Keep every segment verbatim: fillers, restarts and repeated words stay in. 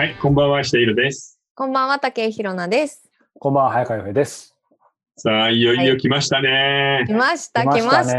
はい、こんばんは、下色です。 こんばんは、竹井ひろなです。 こんばんは、早川洋平です。 さあ、いよいよ来ましたね。 来ました、来ました。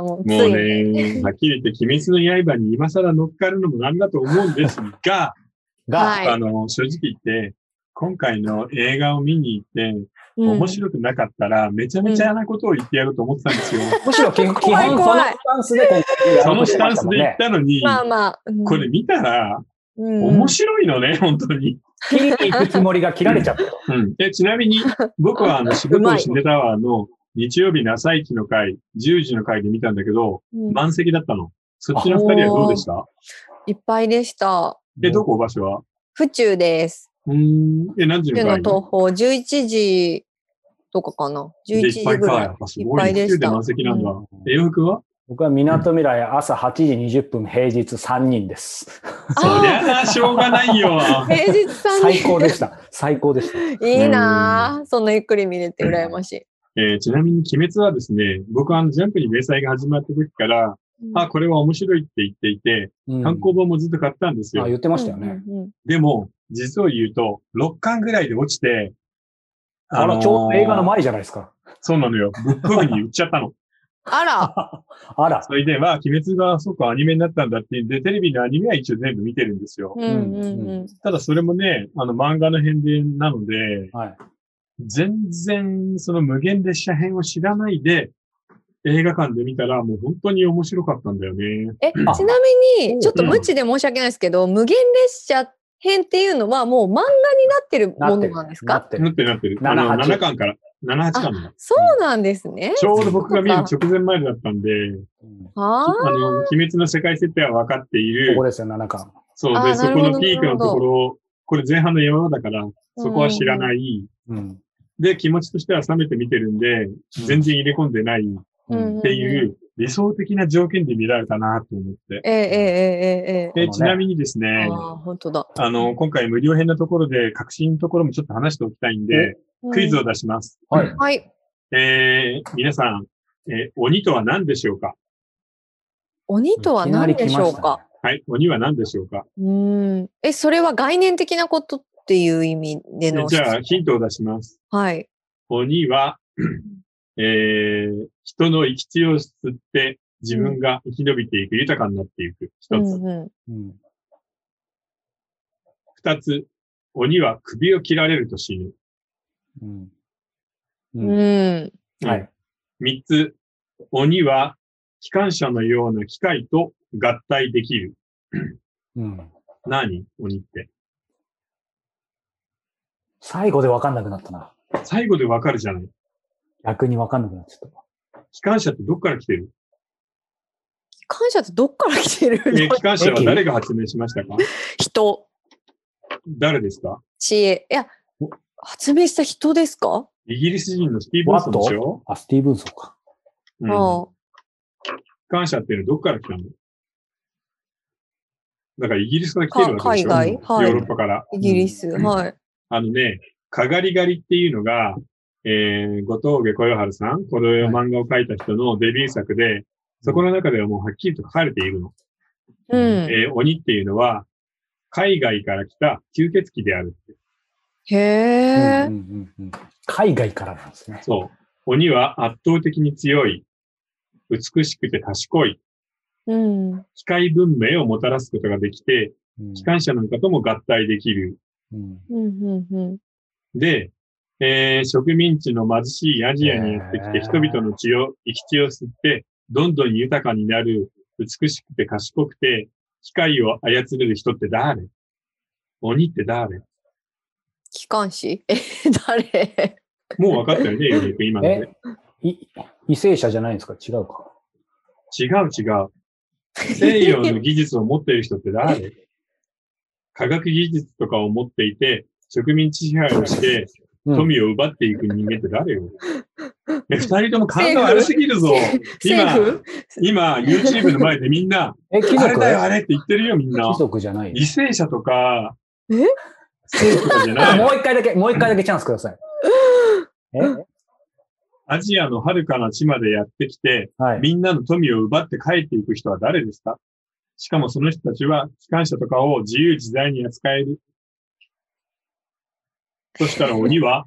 もうついね、もうね、はっきり言って、鬼滅の刃に今更乗っかるのもなんだと思うんですが、が、はい、あの、正直言って、今回の映画を見に行って、うん、面白くなかったら、めちゃめちゃなことを言ってやると思ってたんですよ。 うん、むしろ基本、基本そのスタンスで今回そのスタンスで言ったのに、 まあまあ、うん、 これ見たら、うん、面白いのね、本当に。 切りに行くつもりが切られちゃった。 うん。で、ちなみに、僕はあの、渋谷シネタワーの日曜日の朝一の回、じゅうじの回で見たんだけど、うん、満席だったの。そっちの二人はどうでした？ いっぱいでした。 え、どこ場所は？ 府中です。 うん。え、何時の回？ 府中の東宝、じゅういちじとかかな。じゅういちじぐらい。 いっぱいか。やっぱすごい。府中で満席なんだ。うん、え、洋服は？ 僕は港未来朝はちじにじゅっぷん平日さんにんです。 そりゃな、しょうがないよ。 平日さんにん。 最高でした。最高でした。 いいなぁ。そんなゆっくり見れて羨ましい。 えー、ちなみに鬼滅はですね、僕はあのジャンプに連載が始まった時から、うん、あ、これは面白いって言っていて、うん、単行本もずっと買ったんですよ。 あ、言ってましたよね。 うんうんうん、 でも、実を言うと、ろっかんぐらいで落ちて、 あの、ちょうど映画の前じゃないですか。 そうなのよ。ブックオフに売っちゃったの。 あら。 あら。 それで、まあ、鬼滅がそうかアニメになったんだっていうんで、テレビのアニメは一応全部見てるんですよ。 うんうんうん、 ただ、それもね、あの、漫画の編でなので、 はい、 全然、その無限列車編を知らないで、映画館で見たら、もう本当に面白かったんだよね。 え、ちなみに、ちょっと無知で申し訳ないですけど、うん、無限列車編っていうのはもう漫画になってるものなんですか？ なってる、なってる、なってる。あの、ななかんから。なな、はちかんの。 そうなんですね。 ちょうど僕が見る直前までだったんで、 ああの、鬼滅の世界設定は分かっている。 ここですよ、ななかん。 そうで、そこのピークのところ、これ前半の山だから、そこは知らない。 うん、 で、気持ちとしては冷めて見てるんで、全然入れ込んでないっていう理想的な条件で見られたなと思って。 ええええええ。 で、ちなみにですね、 あ、本当だ。 あの、今回無料編のところで、革新のところもちょっと話しておきたいんで、クイズを出します。 はい。 はい。 えー、皆さん、えー、鬼とは何でしょうか？ 鬼とは何でしょうか？ はい、鬼は何でしょうか？ うん。え、それは概念的なことっていう意味での。 じゃあ、ヒントを出します。 はい。 鬼は、えー、人の生き血を吸って自分が生き延びていく、うん、豊かになっていく。一つ。 うんうんうん、 二つ、鬼は首を切られると死ぬ。 うんうんうん、 はい。三つ、鬼は機関車のような機械と合体できる。 うん、 何？鬼って。 最後で分かんなくなったな。 最後で分かるじゃない。 逆に分かんなくなっちゃった。 機関車ってどっから来てる？ 機関車ってどっから来てる？ え、機関車は誰が発明しましたか？ 人。 誰ですか？ 知恵。いや、発明した人ですか？ イギリス人のスティーブンソンでしょ？ あ、スティーブンソンか。 うん。 ああ。 機関車っていうのはどっから来たの？だからイギリスから来てるわけでしょ？ 海外、はい、 ヨーロッパから。 イギリス、うん、はい。 あのね、かがり狩りっていうのが、えー、後藤下小夜春さん、この漫画を描いた人のデビュー作で、はい、そこの中ではもうはっきりと書かれているの。 うん。 えー、鬼っていうのは、海外から来た吸血鬼であるって。 へー、 うんうんうん。海外からなんですね。 そう。鬼は圧倒的に強い、美しくて賢い、 うん、 機械文明をもたらすことができて、うん、機関車なんかとも合体できる。 うんうんうん、 で、えー、植民地の貧しいアジアにやってきて、人々の血を、生き血を吸って、どんどん豊かになる、美しくて賢くて、機械を操れる人って誰？鬼って誰？ 機関士？え、誰？ もう分かったよね、ユニーク、今ので。 い、為政者じゃないんですか？違うか。 違う違う。西洋の技術を持っている人って誰？科学技術とかを持っていて、植民地支配をして、富を奪っていく人間って誰よ？え、二人とも感が悪すぎるぞ。今、今、YouTube の前でみんな、 え、貴族？ あれだよ、あれって言ってるよ、みんな。 貴族じゃない。 為政者とか、 え？ 政府とかじゃない。 もう一回だけ、もう一回だけチャンスください。え？ アジアの遥かな地までやってきて、 はい、 みんなの富を奪って帰っていく人は誰ですか？ しかもその人たちは機関車とかを自由自在に扱える。そしたら鬼は、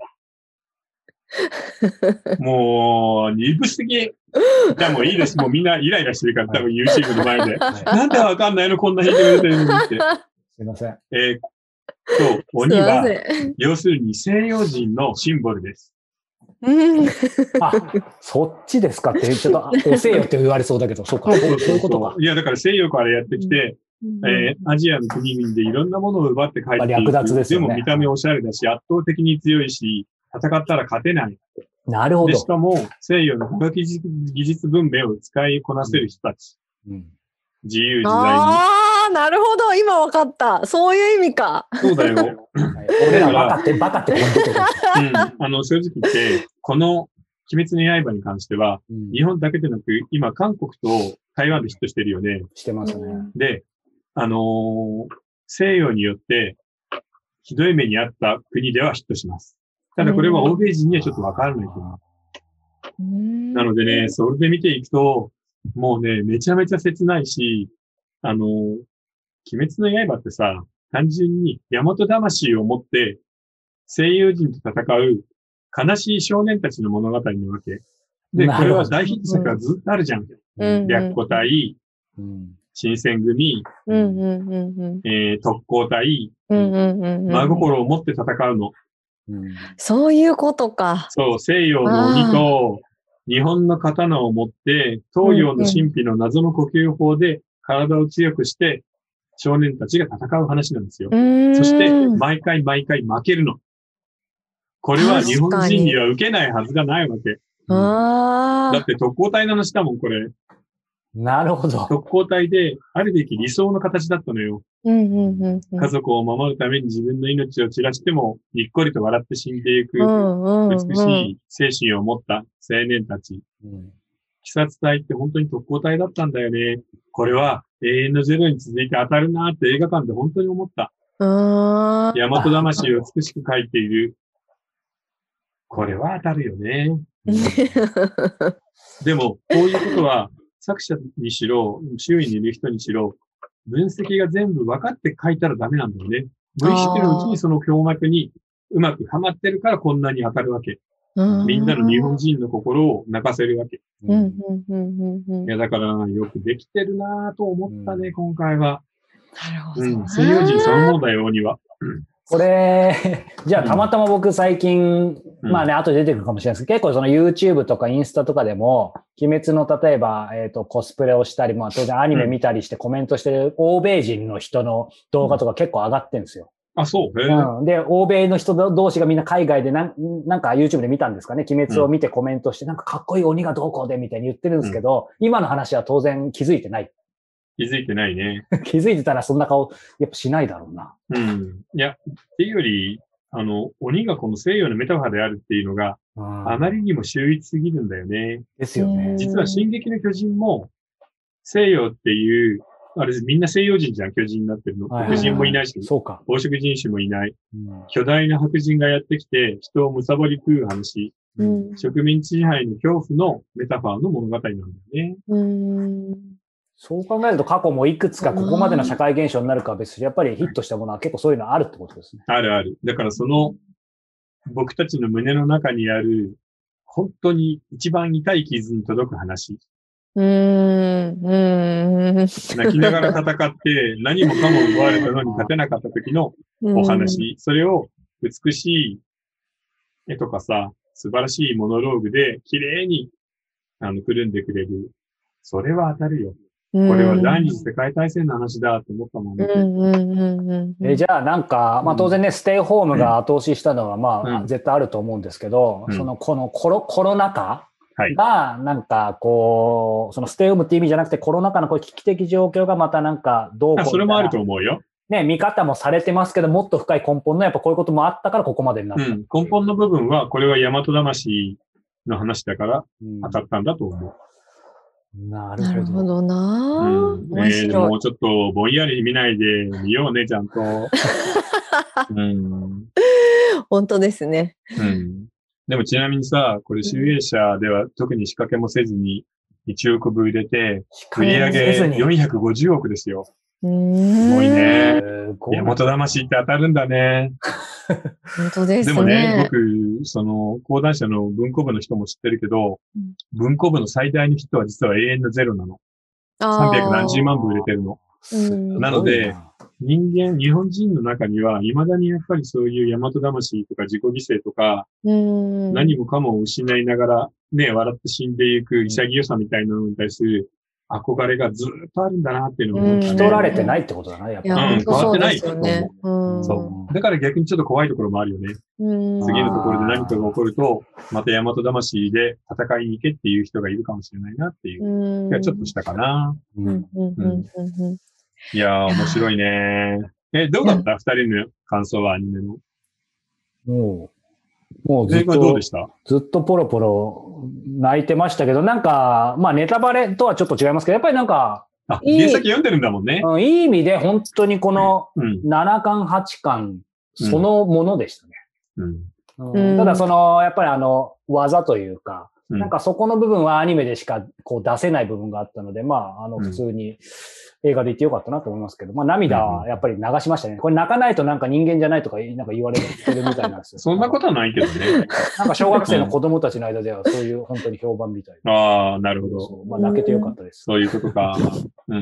もう、鈍すぎ。じゃあもういいです。もうみんなイライラしてるから、多分 YouTube の前で。なんでわかんないのこんな弾いてくれてるのって。 すいません。 えー、そう、鬼は、要するに西洋人のシンボルです。 うん、 あ、そっちですかって、ちょっと押せよって言われそうだけど、そうか、そういうことか。 いや、だから西洋からやってきて、うんえー、アジアの国々でいろんなものを奪って帰っていく。 略奪ですよね。 でも見た目おしゃれだし、圧倒的に強いし、戦ったら勝てない。 なるほど。 で、しかも西洋の科学技術文明を使いこなせる人たち。うん、自由自在に。 ああ、なるほど。今わかった。そういう意味か。 そうだよ。 俺らバカって、バカってこと。 うん。あの、正直言って、この鬼滅の刃に関しては、うん、日本だけでなく、今、韓国と台湾でヒットしてるよね。 してますね。 で、あのー、西洋によって、ひどい目にあった国ではヒットします。ただこれは欧米人にはちょっとわからないと思う。なのでね、それで見ていくと、もうね、めちゃめちゃ切ないし、あのー、鬼滅の刃ってさ、単純に大和魂を持って西洋人と戦う悲しい少年たちの物語なわけ。で、これは大ヒット作がずっとあるじゃん。白虎隊、新選組、えー、特攻隊、真心を持って戦うの。 そういうことか。 そう、西洋の鬼と日本の刀を持って、東洋の神秘の謎の呼吸法で体を強くして少年たちが戦う話なんですよ。そして、毎回毎回負けるの。これは日本人には受けないはずがないわけ。 あだって特攻隊の話だもん、これ。 なるほど。 特攻隊で、あるべき理想の形だったのよ。家族を守るために自分の命を散らしても、にっこりと笑って死んでいく、美しい精神を持った青年たち。うん、鬼殺隊って本当に特攻隊だったんだよね。これは永遠のゼロに続いて当たるなって映画館で本当に思った。大和魂を美しく描いている。これは当たるよね。うん、でも、こういうことは、作者にしろ、周囲にいる人にしろ、分析が全部分かって書いたらダメなんだよね。無意識のうちにその胸膜にうまくはまってるからこんなに当たるわけ。みんなの日本人の心を泣かせるわけ。うん、いや、だからよくできてるなぁと思ったね、うん、今回は。 なるほど。 うん、西洋人そのものだよ、鬼は。 これ、じゃあたまたま僕最近、うん、まあね、後で出てくるかもしれないですけど、結構その YouTube とかインスタとかでも、鬼滅の例えば、えっと、コスプレをしたり、まあ当然アニメ見たりしてコメントしてる欧米人の人の動画とか結構上がってるんですよ。 あ、そう。へうん。で、欧米の人同士がみんな海外でなん、なんか YouTube で見たんですかね。鬼滅を見てコメントして、なんかかっこいい鬼がどうこうでみたいに言ってるんですけど、うん、今の話は当然気づいてない。 気づいてないね。 気づいてたらそんな顔、やっぱしないだろうな。 うん。いや、っていうより、あの、鬼がこの西洋のメタファーであるっていうのが、あまりにも秀逸すぎるんだよね。 ですよね。 実は進撃の巨人も、西洋っていう、あれ、みんな西洋人じゃん、巨人になってるの。はいはいはい、巨人もいないし、 そうか。 黄色人種もいない、うん。巨大な白人がやってきて、人を貪り食う話。うん、植民地支配の恐怖のメタファーの物語なんだよね。 うんそう考えると過去もいくつかここまでの社会現象になるかは別にやっぱりヒットしたものは結構そういうのあるってことですね。 あるある。だからその僕たちの胸の中にある本当に一番痛い傷に届く話。 うーんうーん泣きながら戦って何もかも奪われたのに勝てなかった時のお話。それを美しい絵とかさ、素晴らしいモノローグで綺麗にあのくるんでくれる。それは当たるよ。これは第二次世界大戦の話だと思ったもんね。 うんうんうんうん、 えじゃあなんか、まあ当然ね、ステイホームが後押ししたのはまあ、うん、絶対あると思うんですけど、うん、そのこのコロ、コロナ禍がなんかこう、そのステイホームって意味じゃなくてコロナ禍のこう危機的状況がまたなんかどうこう。 それもあると思うよ。 ね、見方もされてますけど、もっと深い根本のやっぱこういうこともあったからここまでになった。うん、 根本の部分はこれは大和魂の話だから当たったんだと思う。うんなるほど。 なるほどな、うん、面白い、 えー、もうちょっとぼんやり見ないで見ようね、ちゃんと。うん、 本当ですね、 うん。でもちなみにさ、これ集英社では特に仕掛けもせずに、 いちおくぶ売れて、売り上げよんひゃくごじゅうおくですよ。 うーん。 すごいね。 大大和魂って当たるんだね。 本当ですね。 でもね、僕、その、講談社の文庫部の人も知ってるけど、うん、文庫部の最大のヒットは実は永遠のゼロなの。さんびゃくなんじゅうまんぶ売れてるの。なので、人間、日本人の中には、未だにやっぱりそういう大和魂とか自己犠牲とか、何もかも失いながら、ね、笑って死んでいく潔さみたいなのに対する憧れがずっとあるんだなっていうのを思ったね。 引き取られてないってことだな、やっぱり。 うん、変わってないと思う。 ね、 そう。だから逆にちょっと怖いところもあるよね。次のところで何かが起こると、また大和魂で戦いに行けっていう人がいるかもしれないなっていう気がちょっとしたかな。いやー、面白いね。え、どうだった二人の感想はアニメの。 もう、もうずっと、 どうでした？ ずっとポロポロ泣いてましたけど、なんか、まあネタバレとはちょっと違いますけど、やっぱりなんか、 あ、原作読んでるんだもんね。 うん、いい意味で本当にこのななかん、はちかんそのものでしたね。 うんうん、ただその、やっぱりあの、技というか、うん、なんかそこの部分はアニメでしかこう出せない部分があったので、まあ、あの、普通に映画で言ってよかったなと思いますけど、まあ涙はやっぱり流しましたね。これ泣かないとなんか人間じゃないとか、なんか言われてるみたいなんですよ。 そんなことはないけどね。 なんか小学生の子供たちの間ではそういう本当に評判みたいな。ああ、なるほど。 まあ泣けてよかったです。 そういうことか。うん、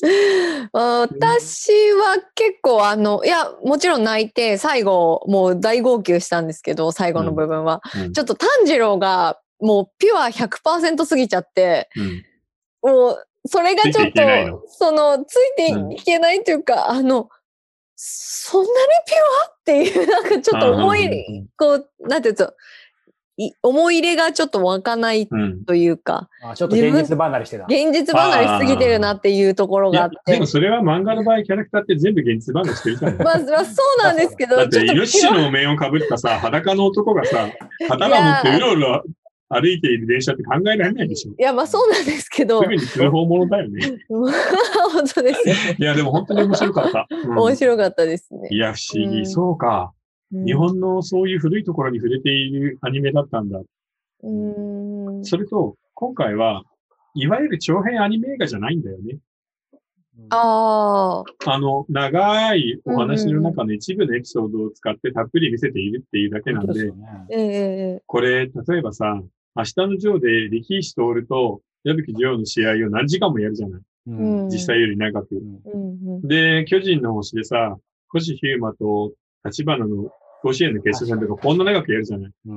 私は結構あの、いや、もちろん泣いて、最後もう大号泣したんですけど、最後の部分は。うんうん、ちょっと炭治郎がもうピュア ひゃくパーセント 過ぎちゃって、うん、もう、それがちょっと、その、ついていけないというか、うん、あの、そんなにピュアっていう、なんかちょっと思い、こう、なんていうと、思い入れがちょっと湧かないというか、 うん、あちょっと現実離れしてた。 現実離れしすぎてるなっていうところがあって。 でもそれは漫画の場合、キャラクターって全部現実離れしてるじゃん。 まあ、まあ、そうなんですけど。 だって、ヨッシーのお面をかぶったさ、裸の男がさ、刀持ってうろうろ歩いている電車って考えられないでしょ。 いや、まあそうなんですけど。 すぐに通報者だよね。 本当です。 いや、でも本当に面白かった。 うん、面白かったですね。 いや、不思議。うん、そうか、うん。日本のそういう古いところに触れているアニメだったんだ。 うん、 それと、今回は、いわゆる長編アニメ映画じゃないんだよね。 ああ。あの、長いお話の中の一部のエピソードを使ってたっぷり見せているっていうだけなんで、 ね、 これ、例えばさ、明日のジョーで力石徹と矢吹ジョーの試合を何時間もやるじゃない、うん、実際より長く、うん、で、巨人の星でさ、星飛雄馬と立花の甲子園の決勝戦とかこんな長くやるじゃない、うん、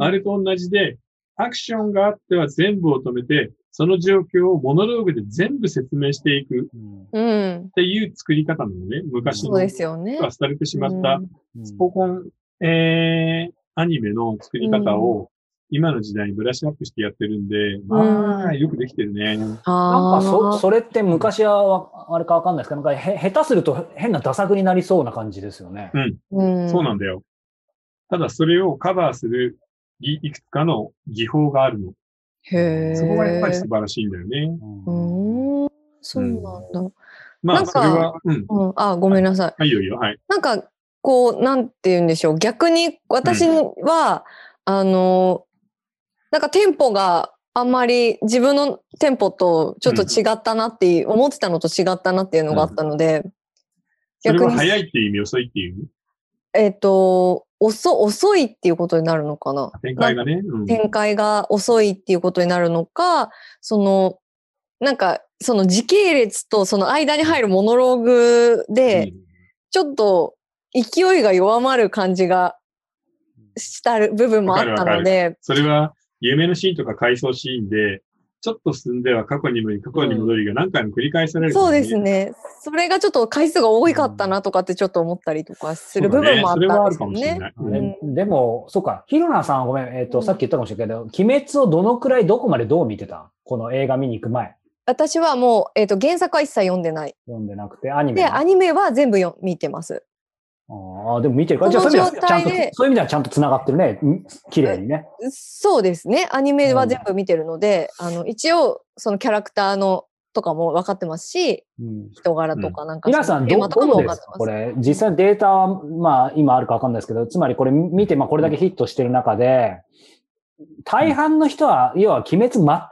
あれと同じで、アクションがあっては全部を止めて、その状況をモノローグで全部説明していくっていう作り方なのね。昔の、 そうですよね。 廃れてしまったスポコン、えー、アニメの作り方を今の時代にブラッシュアップしてやってるんで、まあ、よくできてるね。 なんかそ、それって昔はあれかわかんないですけど、なんかへ下手すると変なダ作になりそうな感じですよね。 うん。そうなんだよ。ただそれをカバーするいくつかの技法があるの。 へー。 そこがやっぱり素晴らしいんだよね。 うん。そうなんだ。うん、 まあ、それは、うん。 うん、あ、ごめんなさい。 はい、いいよいいよ、はい。 なんか、こう、なんて言うんでしょう。逆に私は、うん、あの、なんかテンポがあんまり自分のテンポとちょっと違ったなっていう、うん、思ってたのと違ったなっていうのがあったので、うん、 逆に。それは早いっていう意味、遅いっていう意味？ えっと、遅、遅いっていうことになるのかな。 展開がね、 うん。展開が遅いっていうことになるのか、その、なんか、その時系列とその間に入るモノローグで、ちょっと勢いが弱まる感じがした部分もあったので。 それは、夢のシーンとか回想シーンで、ちょっと進んでは過去に戻り、過去に戻りが何回も繰り返される、ね、 そうですね。それがちょっと回数が多かったなとかってちょっと思ったりとかする部分もあったんですよね。それはあるかもしれない。 うん、でも、そうか、ひろなさんごめん、えっと、うん、さっき言ったかもしれないけど、鬼滅をどのくらいどこまでどう見てた？この映画見に行く前。 私はもう、えっと、原作は一切読んでない。 読んでなくて、アニメは。 で、アニメは全部よ見てます。 ああ、でも見てるから、じゃあそういう意味ではちゃんと、そういう意味ではちゃんと繋がってるね。綺麗にね。 そうですね。アニメは全部見てるので、うん、あの、一応、そのキャラクターのとかも分かってますし、うん、人柄とかなんか、うん、 皆さんど、どうですかこれ、実際データは、まあ、今あるか分かんないですけど、つまりこれ見て、まあ、これだけヒットしてる中で、大半の人は、要は鬼滅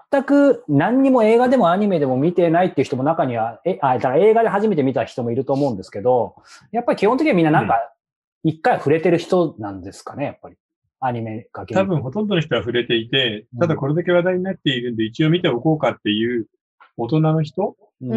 全く何にも映画でもアニメでも見てないっていう人も中には、え、あ、だから映画で初めて見た人もいると思うんですけど、やっぱり基本的にはみんななんか、一回触れてる人なんですかね、やっぱり。アニメかけ多分ほとんどの人は触れていて、ただこれだけ話題になっているんで一応見ておこうかっていう大人の人、うん、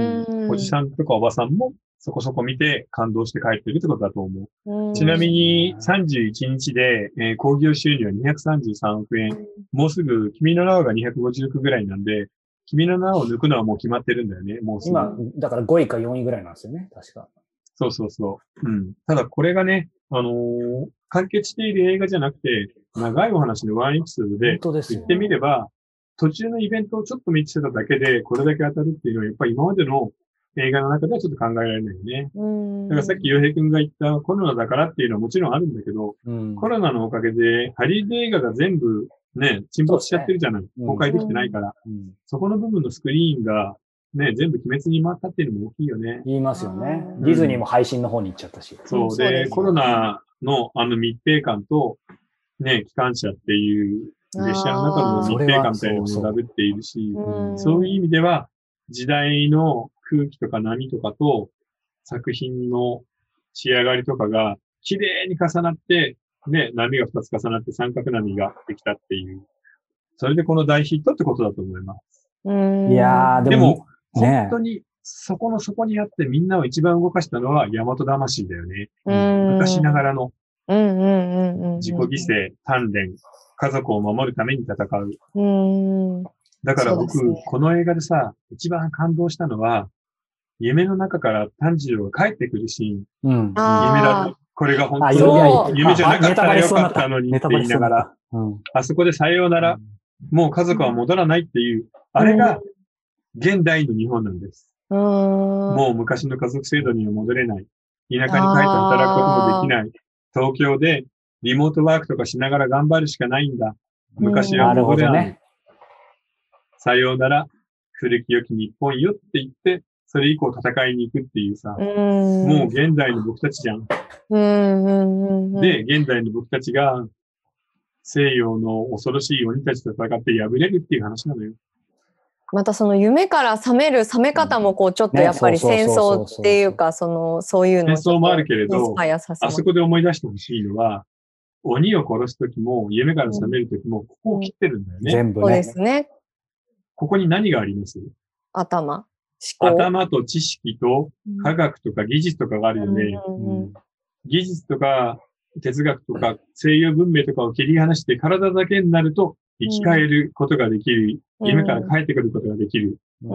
おじさんとかおばさんもそこそこ見て感動して帰ってるってことだと思う。うちなみにさんじゅういちにちで、えー、興行収入はにひゃくさんじゅうさんおくえん。もうすぐ君の名はがにひゃくごじゅうおくぐらいなんで、君の名を抜くのはもう決まってるんだよね。もうすぐ。 今、だからごいかよんいぐらいなんですよね、確か。 そうそうそう。うん。ただこれがね、あのー、完結している映画じゃなくて、長いお話のワンエピソードで、言ってみれば、途中のイベントをちょっと見てただけで、これだけ当たるっていうのは、やっぱり今までの映画の中ではちょっと考えられないよね。だからさっき洋平くんが言ったコロナだからっていうのはもちろんあるんだけど、コロナのおかげで、ハリウッド映画が全部ね、沈没しちゃってるじゃない。公開できてないから。そこの部分のスクリーンが、ね、全部鬼滅に回ったっていうのも大きいよね。 言いますよね。ディズニーも配信の方に行っちゃったし。 そう。で、コロナのあの密閉感と、ね、機関車っていう列車の中の密閉感みたいなのもダブっているし、そういう意味では、時代の空気とか波とかと作品の仕上がりとかが綺麗に重なって、ね、波が二つ重なって三角波ができたっていう。それでこの大ヒットってことだと思います。 いやー、でも、でも本当にそこの底にあってみんなを一番動かしたのは大和魂だよね。昔ながらの自己犠牲、鍛錬、家族を守るために戦う。だから僕、ね、この映画でさ、一番感動したのは、夢の中から炭治郎が帰ってくるシーン。うん、夢だ。これが本当に夢じゃなかったらよかったのにって言いながら、うん、あそこでさようなら、もう家族は戻らないっていう、あれが現代の日本なんです。うん、もう昔の家族制度には戻れない。田舎に帰って働くこともできない。東京でリモートワークとかしながら頑張るしかないんだ。昔は戻れない。さようなら、古き良き日本よって言って、それ以降戦いに行くっていうさ、うもう現代の僕たちじゃん。うんで、現代の僕たちが西洋の恐ろしい鬼たちと戦って敗れるっていう話なのよ。 またその夢から覚める覚め方もこうちょっとやっぱり戦争っていうか、その、そういうの戦争もあるけれど、あそこで思い出してほしいのは、鬼を殺すときも、夢から覚めるときも、ここを切ってるんだよね。 全部ね。 そうですね。 ここに何があります？ 頭。思考。頭と知識と科学とか技術とかがあるよね。うんうん、技術とか哲学とか西洋文明とかを切り離して体だけになると生き返ることができる。うん、夢から帰ってくることができる。うん、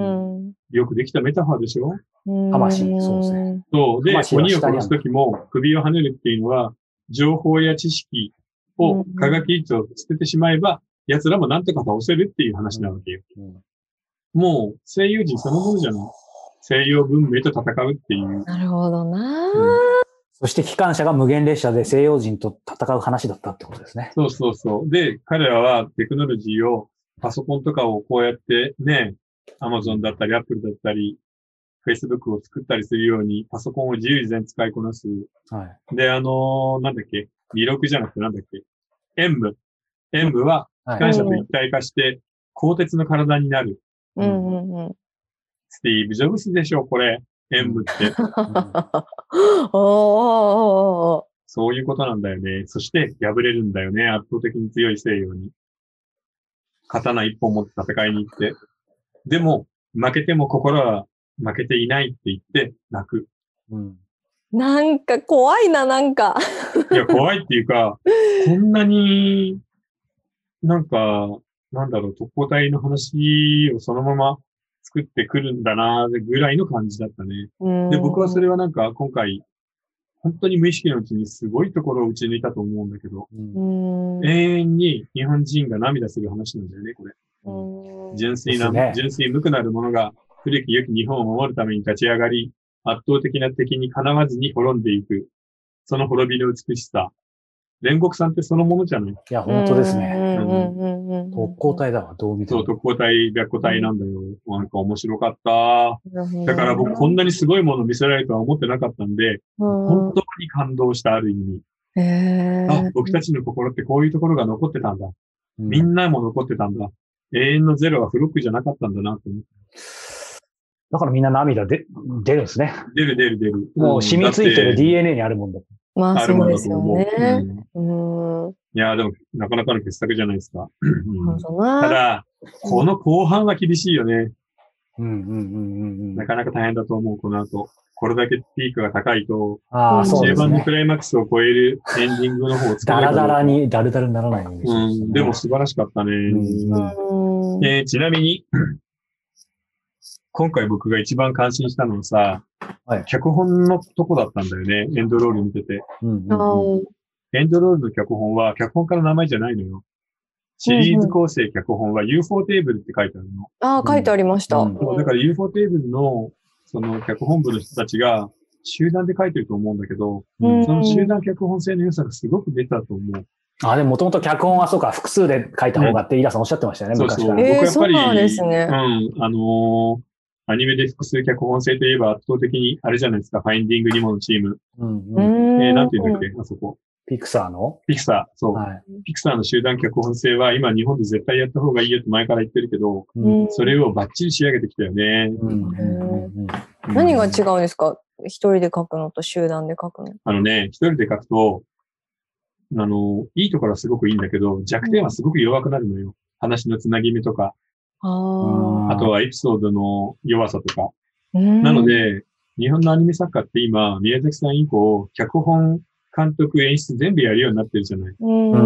よくできたメタファーでしょ？ 魂、そうですね。 そう。で、鬼を殺すときも首を跳ねるっていうのは、情報や知識を、科学技術を捨ててしまえば、奴らもなんとか倒せるっていう話なわけよ。うんうん、もう、西洋人そのものじゃない。西洋文明と戦うっていう。 なるほどな、うん、 そして機関車が無限列車で西洋人と戦う話だったってことですね。 そうそうそう。で、彼らはテクノロジーを、パソコンとかをこうやってね、アマゾンだったり、アップルだったり、フェイスブックを作ったりするように、パソコンを自由自在に使いこなす。はい、で、あのー、なんだっけ、魅力じゃなくてなんだっけ、演武。演武は、機関車と一体化して、鋼鉄の体になる。うんうんうん、スティーブ・ジョブスでしょ、これ。演武って。うん、そういうことなんだよね。そして、敗れるんだよね。圧倒的に強い西洋に。刀一本持って戦いに行って。でも、負けても心は負けていないって言って泣く。 うん、なんか怖いな、なんか。 いや、怖いっていうか、こんなに、なんか、なんだろう、特攻隊の話をそのまま作ってくるんだな、ぐらいの感じだったね。で、僕はそれはなんか今回、本当に無意識のうちにすごいところを打ち抜いたと思うんだけど、永遠に日本人が涙する話なんだよね、これ。純粋な、ね、純粋無垢なるものが古き良き日本を守るために立ち上がり、圧倒的な敵にかなわずに滅んでいく。その滅びの美しさ。煉獄さんってそのものじゃない？いや、本当ですね。うん、特攻隊だわ、どう見ても。 そう、特攻隊、白虎隊なんだよ。なんか面白かった。だから僕こんなにすごいものを見せられるとは思ってなかったんで、本当に感動した、ある意味。あ、僕たちの心ってこういうところが残ってたんだ。みんなも残ってたんだ。 永遠のゼロはフロックじゃなかったんだなと思って。 だからみんな涙で出るんですね。 出る出る出る。 もう染みついてる ディーエヌエー にあるもんだ。 まあそうですよね。 うん、いや、でもなかなかの傑作じゃないですか。うん、ただ、この後半は厳しいよね。なかなか大変だと思う、この後。これだけピークが高いと、 ああ、そうですね。 中盤のクライマックスを超えるエンディングの方を作る。 ダラダラに、ダルダルにならないように、 ね。うん、でも素晴らしかったね。うんえー、ちなみに、今回僕が一番感心したのはさ、はい、脚本のとこだったんだよね。エンドロール見てて。うんうんうん、エンドロールの脚本は、脚本家の名前じゃないのよ。シリーズ構成脚本は ユーフォー テーブルって書いてあるの。 ああ、書いてありました。 うん、だから ユーフォー テーブルの、その脚本部の人たちが集団で書いてると思うんだけど、うん、その集団脚本性の良さがすごく出たと思う。 あ、でももともと脚本はそうか、複数で書いた方がって、イラさんおっしゃってましたよね、 昔から。 そうそう。僕やっぱり、えー、そうなんですね。 うん、あのー、アニメで複数脚本性といえば圧倒的に、あれじゃないですか、ファインディングニモのチーム。うんうん、えー、なんて言うんだっけ、あそこ。 ピクサーのピクサー、そう、はい。ピクサーの集団脚本性は今日本で絶対やった方がいいよって前から言ってるけど、うん、それをバッチリ仕上げてきたよね。うんうんうんうん、何が違うんですか？一人で書くのと集団で書くの。 あのね、一人で書くと、あの、いいところはすごくいいんだけど、弱点はすごく弱くなるのよ。うん、話のつなぎ目とか。あ, あとはエピソードの弱さとか。なので、日本のアニメ作家って今、宮崎さん以降、脚本、監督、演出全部やるようになってるじゃない。うん、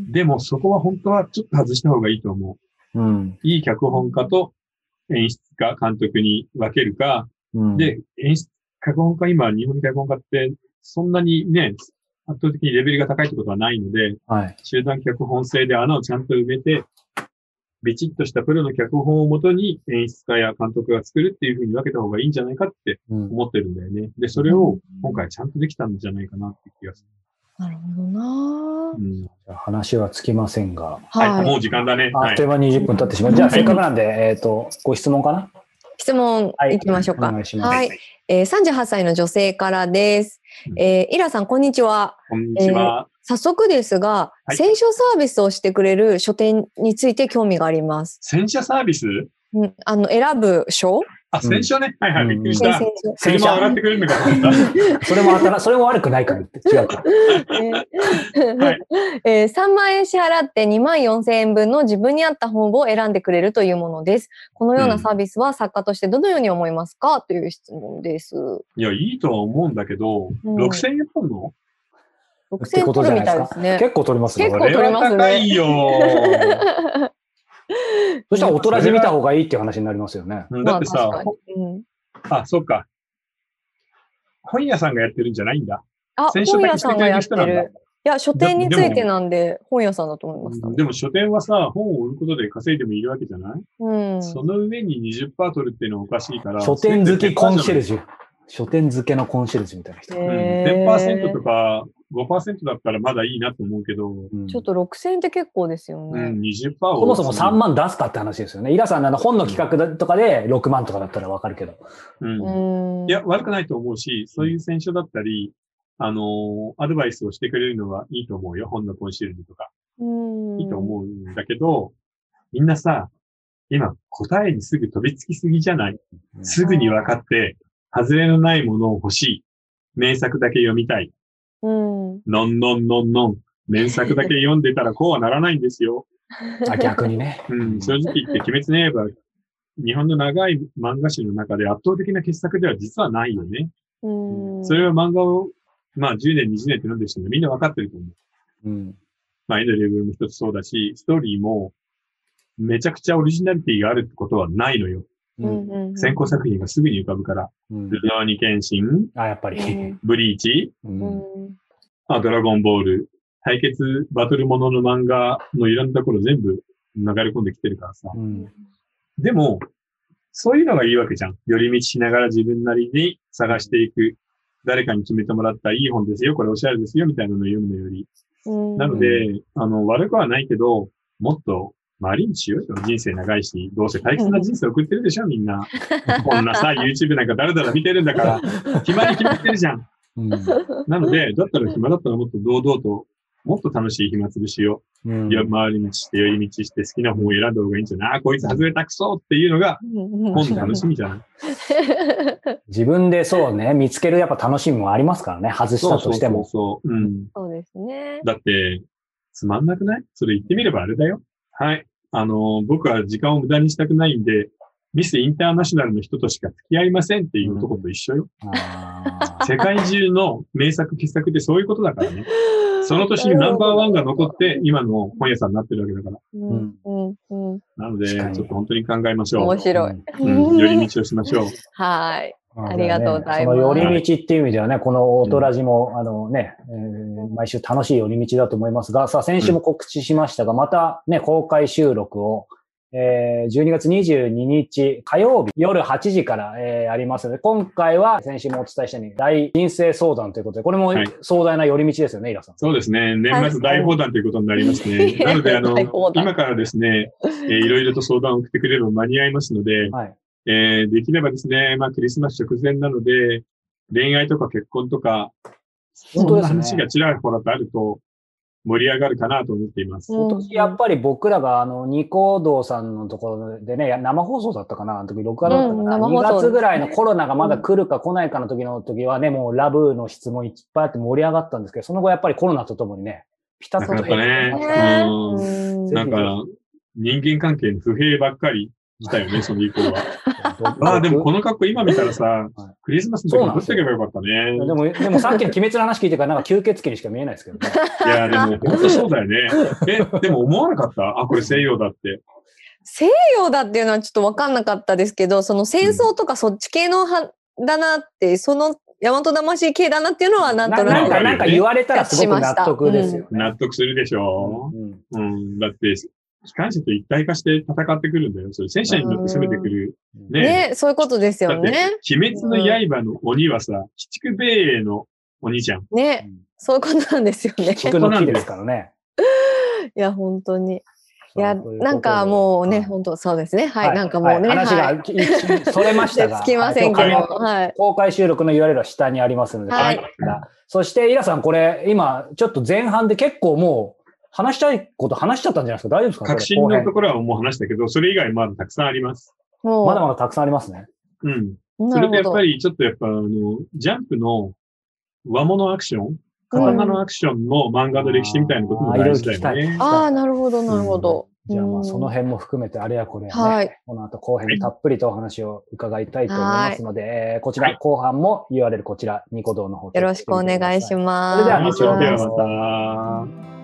でもそこは本当はちょっと外した方がいいと思う。うん、いい脚本家と演出家、監督に分けるか。うん、で、演出、脚本家、今、日本の脚本家ってそんなにね、圧倒的にレベルが高いってことはないので、はい、集団脚本性で穴をちゃんと埋めて、ビチッとしたプロの脚本をもとに演出家や監督が作るっていう風に分けた方がいいんじゃないかって思ってるんだよね。うん、で、それを今回ちゃんとできたんじゃないかなって気がする。なるほどな、 うん、じゃあ話はつきませんが。 はい、はい、もう時間だね。 あっという間ににじゅっぷん経ってしまう。じゃあせっかくなんで、えっと、ご質問かな？ 質問いきましょうか。はい、お願いします。はい。えー、さんじゅうはっさいの女性からです。えー、イラさん、こんにちは。 こんにちは。 えー早速ですが、はい、選書サービスをしてくれる書店について興味があります。 選書サービス？ うん、あの、選ぶ書？ あ、選書ね。うん、はいはい、びっくりした。選書洗ってくれるのかと思った。 それも新、それも悪くないからって違うか。 はいえー。さんまんえん支払ってにまんよんせんえんぶんの自分に合った本を選んでくれるというものです。このようなサービスは作家としてどのように思いますか、という質問です。 いや、いいとは思うんだけど、うん、ろくせんえん取るの？ ろくせんえん取るみたいですね。 結構取りますね。 結構取りますね。 高いよ。 そしたら大人で見た方がいいっていう話になりますよね。 だってさ、うん、あ、そうか。本屋さんがやってるんじゃないんだ。 あ、本屋さんがやってる。いや、書店についてなんで本屋さんだと思います、 ね。でも書店はさ、本を売ることで稼いでもいるわけじゃない？うん。その上に にじゅっパーセント 取るっていうのはおかしいから。 書店好きコンシェルジュ。書店付けのコンシェルジュみたいな人。 うん、じゅっパーセント とか ごパーセント だったらまだいいなと思うけど。 うん、ちょっとろくせんえんって結構ですよね。 うん、にじゅっパーセントそもそもさんまん出すかって話ですよね。イラさんの本の企画とかでろくまんとかだったらわかるけど。 うん。いや、悪くないと思うし、そういう選書だったり、あのー、アドバイスをしてくれるのはいいと思うよ。本のコンシェルジュとか。いいと思うんだけど、みんなさ、今答えにすぐ飛びつきすぎじゃない？すぐに分かって、外れのないものを欲しい。名作だけ読みたい。うん。のんのんのんのん。名作だけ読んでたらこうはならないんですよ。 あ、逆にね。 うん。正直言って、鬼滅の刃、日本の長い漫画史の中で圧倒的な傑作では実はないよね。うん。それは漫画を、まあじゅうねん、にじゅうねんって読んでる人もみんな分かってると思う。うん。まあ絵のレベルも一つそうだし、ストーリーもめちゃくちゃオリジナリティがあるってことはないのよ。うんうん、先行作品がすぐに浮かぶから。ルローニケンシン。 あ、やっぱり。 ブリーチ。うん、あ、ドラゴンボール。対決バトルものの漫画のいろんなところ全部流れ込んできてるからさ。うん、でも、そういうのがいいわけじゃん。寄り道しながら自分なりに探していく。誰かに決めてもらったいい本ですよ。これおしゃれですよ。みたいなのを読むのより。うん、なので、あの、悪くはないけど、もっと、まあ、ありにしようよ。人生長いし、どうせ大切な人生送ってるでしょ、みんな。こんなさ、YouTube なんかだらだら見てるんだから、決まり決まってるじゃん。うん、なので、だったら暇だったらもっと堂々ともっと楽しい暇つぶしを、 うん、 いや回り道して寄り道して好きな本を選んだ方がいいんじゃない？ああ、こいつ外れたくそっていうのが本の楽しみじゃない？ 自分でそうね、見つけるやっぱ楽しみもありますからね、外したとしても。 そうそうそう、うん、そうですね。 だって、つまんなくない？それ言ってみればあれだよ。はい。あの、僕は時間を無駄にしたくないんで、ミスインターナショナルの人としか付き合いませんっていう男と一緒よ。うん、あ世界中の名作傑作ってそういうことだからね。その年にナンバーワンが残って、今の本屋さんになってるわけだから。うんうんうん、なので、ちょっと本当に考えましょう。 面白い。 うん、寄り道をしましょう。 はい。ありがとうございます。 その寄り道っていう意味ではね、このオトラジも、あのね、えー、毎週楽しい寄り道だと思いますが、さあ、先週も告知しましたが、またね、公開収録を、えー、じゅうにがつにじゅうににち火曜日夜はちじから、えー、ありますので、今回は先週もお伝えしたように大人生相談ということで、これも壮大な寄り道ですよね、イラさん。 そうですね。年末大放談ということになりますね。なので、あの、今からですね、えー、いろいろと相談を送ってくれれば間に合いますので、はい、えー、できればですね、まあクリスマス直前なので、恋愛とか結婚とか、そんな話がちらほらとあると、盛り上がるかなと思っています。 今年やっぱり僕らがあの、ニコ動さんのところでね、生放送だったかな、あの時ろくがつだったかな、うん、にがつぐらいのコロナがまだ来るか来ないかの時の時はね、もうラブの質問いっぱいあって盛り上がったんですけど、その後やっぱりコロナとともにね、ピタッと減ってましたね。うん。なんか、人間関係の不平ばっかり来たよね、その以降は。ああ、でもこの格好今見たらさ、はい、クリスマスの時に撮っておけばよかったね。 でも、でもさっきの鬼滅の話聞いてからなんか吸血鬼にしか見えないですけどね。 いや、でも本当そうだよね。え、でも思わなかった？あ、これ西洋だって。 西洋だっていうのはちょっとわかんなかったですけど、その戦争とかそっち系のは、うん、だなって、その大和魂系だなっていうのはなんとなく。 なんか、なんか言われたらすごく納得ですよね。 うん、納得するでしょう。うん。うん、だって、機関車と一体化して戦ってくるんだよ。それ戦車に乗って攻めてくる。 ね, ねそういうことですよね。 だって鬼滅の刃の鬼はさ、鬼畜米英の鬼じゃん。 ね、そういうことなんですよね。 菊の木ですからね。 いや、本当に。いや、なんかもうね、本当そうですね。はい、はい、なんかもうね。 はい、話がそれましたが。 つきませんけど。はい。 公開収録の ユーアールエル は下にありますので。はい。そして、イラさん、これ、今、ちょっと前半で結構もう、話したいこと話しちゃったんじゃないですか？大丈夫ですか？ 確信のところはもう話したけど、それ以外まだたくさんあります。 まだまだたくさんありますね。 うん。それでやっぱりちょっとやっぱあの、ジャンプの和物アクション、刀のアクションの漫画の歴史みたいなことも大事だよね。 ああ、なるほど、なるほど。 うん、じゃあまあその辺も含めてあれやこれやね、はい、この後後編にたっぷりとお話を伺いたいと思いますので、はいえー、こちら後半も ユーアールエル こちらニコ動の方よろしくお願いします。 それでは後ほど。 ではまた。